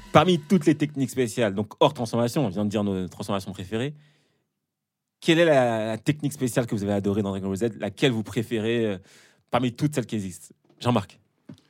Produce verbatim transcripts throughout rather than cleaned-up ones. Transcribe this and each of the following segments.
Parmi toutes les techniques spéciales, donc hors transformation, on vient de dire nos transformations préférées, quelle est la, la technique spéciale que vous avez adorée dans Dragon Ball Z, laquelle vous préférez euh, parmi toutes celles qui existent? Jean-Marc.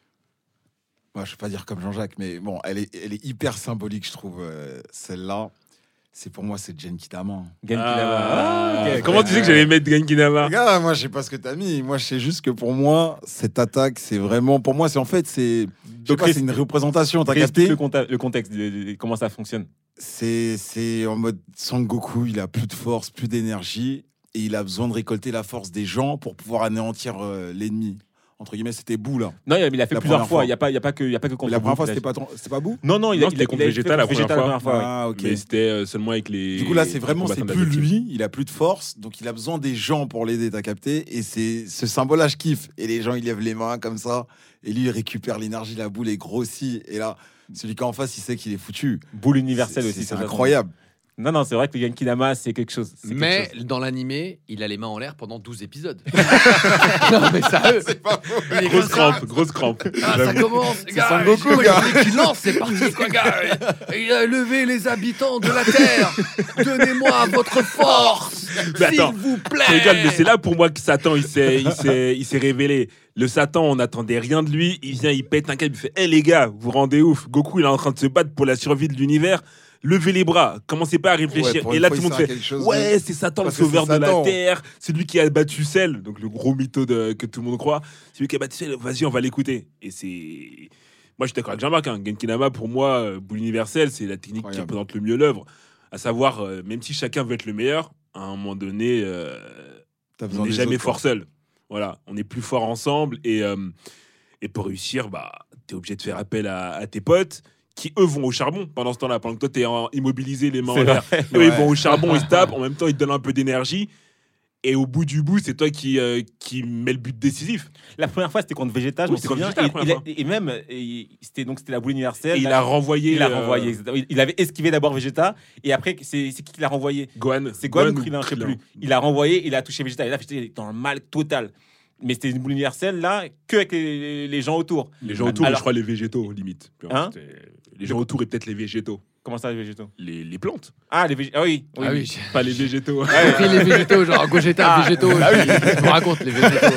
Moi, je ne vais pas dire comme Jean-Jacques, mais bon, elle est, elle est hyper symbolique, je trouve, euh, celle-là. C'est pour moi, c'est Genkidama. Genkidama. Ah, Ah, okay, comment okay. tu sais que j'allais mettre Genkidama? Regarde, moi, je sais pas ce que tu as mis. Moi, je sais juste que pour moi, cette attaque, c'est vraiment. Pour moi, c'est en fait, c'est. Donc, c'est une représentation. T'as capté le, conta- le contexte de, de, de comment ça fonctionne. C'est, c'est en mode Sangoku, il a plus de force, plus d'énergie, et il a besoin de récolter la force des gens pour pouvoir anéantir euh, l'ennemi. Entre guillemets, c'était Bou là. Non, il a, il a fait la plusieurs fois. fois. Il n'y a pas, il y a pas que, il y a pas que contre. Mais la première Bou, fois, c'était pas, ton... c'était pas Bou. Non, non, il non, a, c'était il a, contre il a Vegeta la première Vegeta fois. la première fois. Ah, ok. Mais c'était euh, seulement avec les. Du coup, là, c'est vraiment, c'est combattants plus d'Adepti. lui. Il a plus de force, donc il a besoin des gens pour l'aider. T'as capté? Et c'est ce symbole-là, je kiffe. Et les gens, ils lèvent les mains comme ça, et lui, il récupère l'énergie. La boule est grossie. Et là, celui qui est en face, il sait qu'il est foutu. Boule universelle C'est- aussi. C'est ça, ça. incroyable. Non, non, c'est vrai que le Genkidama, c'est quelque chose. c'est quelque Mais chose. dans l'animé, il a les mains en l'air pendant douze épisodes. non, mais sérieux. C'est pas faux. Il est Grosse comme ça. crampe, grosse crampe. Ah, ça J'avoue. commence, gars. Sangoku, il gars. fallait qu'il lance, c'est parti, quoi, gars. Il a levé les habitants de la Terre. Donnez-moi votre force, Mais s'il attends, vous plaît. Je rigole, mais c'est là pour moi que Satan il s'est, il s'est, il s'est révélé. Le Satan, on n'attendait rien de lui. Il vient, il pète un câble, il fait hé hey, les gars, vous rendez ouf. Goku, il est en train de se battre pour la survie de l'univers. Levez les bras, commencez pas à réfléchir. Ouais, pour Et une là, fois, tout le il monde sert à fait quelque chose de- ouais, c'est Satan, le Parce que sauveur c'est de la Satan. Terre. C'est lui qui a battu Cell, donc le gros mytho de, que tout le monde croit. C'est lui qui a battu Cell, vas-y, on va l'écouter. Et c'est. Moi, je suis d'accord avec Jean-Marc. Hein. Genkidama, pour moi, euh, boule universelle, c'est la technique Incroyable. qui représente le mieux l'œuvre. À savoir, euh, même si chacun veut être le meilleur, à un moment donné. Euh, T'as on besoin n'est des jamais autres, fort quoi. seul. Voilà, on est plus fort ensemble et, euh, et pour réussir, bah, tu es obligé de faire appel à, à tes potes qui, eux, vont au charbon pendant ce temps-là. Pendant que toi, tu es immobilisé, les mains C'est en l'air. vrai. Eux, ils Ouais. vont au charbon, ils se tapent. En même temps, ils te donnent un peu d'énergie. Et au bout du bout, c'est toi qui, euh, qui mets le but décisif. La première fois, c'était contre Vegeta, je Oui, me c'était contre souviens. Vegeta, la Et, première il a- fois. et même, et c'était donc c'était la boule universelle. Et il là, a renvoyé. il a euh, renvoyé. exactement. Il- Il avait esquivé d'abord Vegeta, et après, c'est c'est qui qui l'a renvoyé? Gohan. C'est Gohan ou ou Krillin, je sais Krillin. plus. Il a renvoyé, il a touché Vegeta. Et là, Vegeta il était dans le mal total. Mais c'était une boule universelle là, que avec les, les gens autour. Les gens autour, Alors- je crois, les végétaux, limite. Hein C'était- les gens autour et peut-être les végétaux. Comment ça, les végétaux? Les, les plantes, Ah, les végétaux. Ah oui, oui. Ah oui. oui, pas les végétaux. j'ai pris les végétaux, genre Gogeta, Ah, végétaux. bah oui. Je me raconte les végétaux.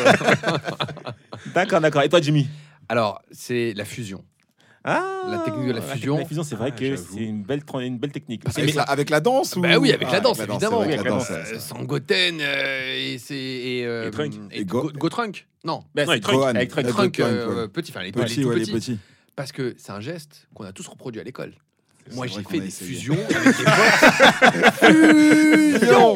D'accord, d'accord. Et toi, Jimmy? Alors, c'est la fusion. Ah, La technique de la fusion. La fusion, c'est vrai Ah, que j'avoue. c'est une belle, tra- une belle technique. Avec, Mais- la, avec la danse ou... Bah oui, avec Ah, la danse, c'est évidemment. vrai, Oui, avec la avec la danse, danse. ça- Euh, ça- Sangoten euh, et c'est et, euh, Et Trunk. et Et Go, Go- Go-Trunk. Non, bah, Non, c'est il Trunk, Gohan. avec Trunk. Euh, Trunk Trunk, euh, ouais. petit, enfin les, les Petit, tout ouais, les petits. petits. Parce que c'est un geste qu'on a tous reproduit à l'école. Moi, C'est j'ai vrai fait qu'on a des essayé. fusions avec des potes. Fusion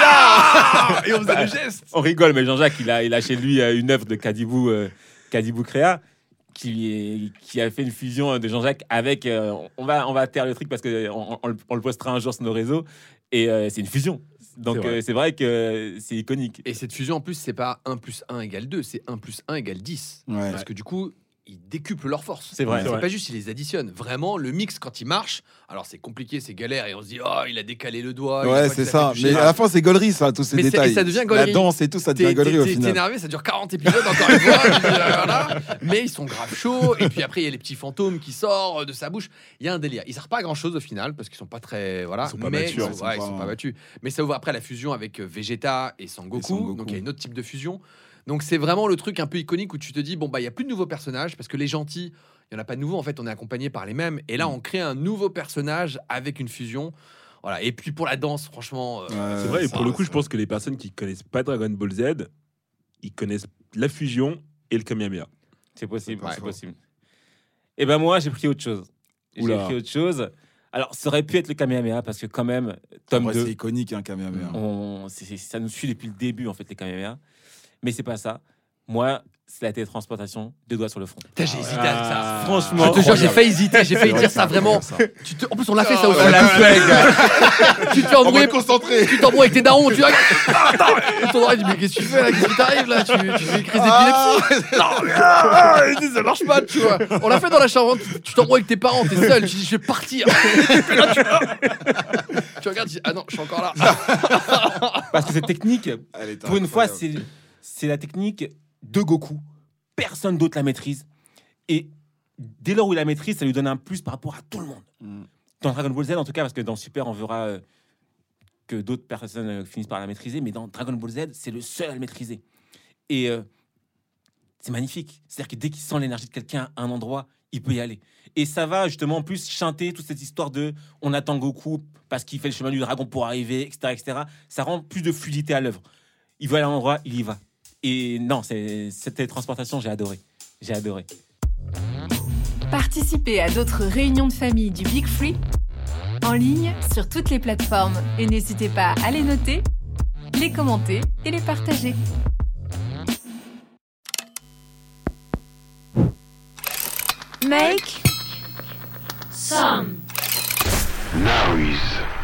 Ya Et on faisait le geste. On rigole, mais Jean-Jacques, il a, il a chez lui euh, une œuvre de Kadibou, euh, Kadibou Créa, qui, est, qui a fait une fusion de Jean-Jacques avec. euh, on, va, on va taire le truc parce qu'on on, on le- on le postera un jour sur nos réseaux. Et euh, c'est une fusion. Donc C'est vrai. euh, c'est vrai que c'est iconique. Et cette fusion, en plus, c'est pas un plus un égale deux, c'est un plus un égale dix. Ouais. Parce que du coup, ils décuplent leur force. C'est vrai. C'est vrai. pas juste, ils les additionnent. Vraiment, le mix, quand il marche, alors c'est compliqué, c'est galère, et on se dit, oh, il a décalé le doigt. il a Ouais, pas c'est qu'il a ça. fait du Mais schéma. à la fin, c'est gaulerie, ça, tous ces Mais c'est- détails. et ça devient La gaulerie. danse et tout, ça T'es devient gaulerie au t'es- t'es final. énervé, ça dure quarante épisodes encore une fois. je dis, euh, voilà. Mais ils sont grave chauds. Et puis après, il y a les petits fantômes qui sortent de sa bouche. Il y a un délire. Ils servent pas à grand chose au final parce qu'ils sont pas très. Voilà. Ils sont pas mais matures. Ils sont, ouais, ils sont pas battus. Mais ça ouvre après la fusion avec euh, Vegeta et Sangoku. Et Sangoku. Donc il y a une autre type de fusion. Donc c'est vraiment le truc un peu iconique où tu te dis, bon, bah, il y a plus de nouveaux personnages parce que les gentils, il y en a pas de nouveaux. En fait, on est accompagné par les mêmes. Et là, on crée un nouveau personnage avec une fusion. Voilà. Et puis pour la danse, franchement. euh, Ouais, C'est vrai, et ça, pour le coup, ça. je pense que les personnes qui connaissent pas Dragon Ball Z, ils connaissent la fusion et le Kamehameha. C'est possible, Ouais. c'est possible. Et ben moi, j'ai pris autre chose. J'ai Oula. pris autre chose. Alors, ça aurait pu être le Kamehameha parce que quand même, En tome vrai, deux, c'est iconique, hein, Kamehameha. on, c'est- c'est- ça nous suit depuis le début, en fait, les Kamehameha. Mais c'est pas ça. Moi, c'est la télétransportation, deux doigts sur le front. Putain, j'ai hésité avec ça. Ah. Franchement, Je te jure, j'ai incroyable. failli hésiter, j'ai failli C'est vrai dire que ça c'est vraiment. incroyable, Tu te- En plus, on l'a fait ça aussi. on l'a tous fait, gars. Tu te fais embrouiller, concentré. tu t'embrouilles avec tes darons, tu vois. Attends, et ton oreille dit, mais qu'est-ce que tu fais là? Qu'est-ce qui t'arrive là? Tu, tu fais une crise d'épilepsie? Non, mais ah, il dit, ça marche pas, tu vois. On l'a fait dans la Charente, tu t'embrouilles avec tes parents, t'es seul, tu dis, je vais partir. Et là, tu, tu regardes, tu dis, ah non, je suis encore là. parce que cette technique, Elle est pour une fois, incroyable. c'est c'est la technique de Goku. Personne d'autre la maîtrise. Et dès lors où il la maîtrise, ça lui donne un plus par rapport à tout le monde. Mm. Dans Dragon Ball Z, en tout cas, parce que dans Super, on verra euh, que d'autres personnes euh, finissent par la maîtriser, mais dans Dragon Ball Z, c'est le seul à le maîtriser. Et euh, c'est magnifique. C'est-à-dire que dès qu'il sent l'énergie de quelqu'un à un endroit, il peut y aller. Et ça va justement en plus chanter toute cette histoire de on attend Goku parce qu'il fait le chemin du dragon pour arriver, et cetera, et cetera. Ça rend plus de fluidité à l'œuvre. Il veut aller à un endroit, il y va. Et non, c'est, cette télétransportation, j'ai adoré. J'ai adoré. Participez à d'autres réunions de famille du Big Free en ligne sur toutes les plateformes et n'hésitez pas à les noter, les commenter et les partager. Make Some. Now is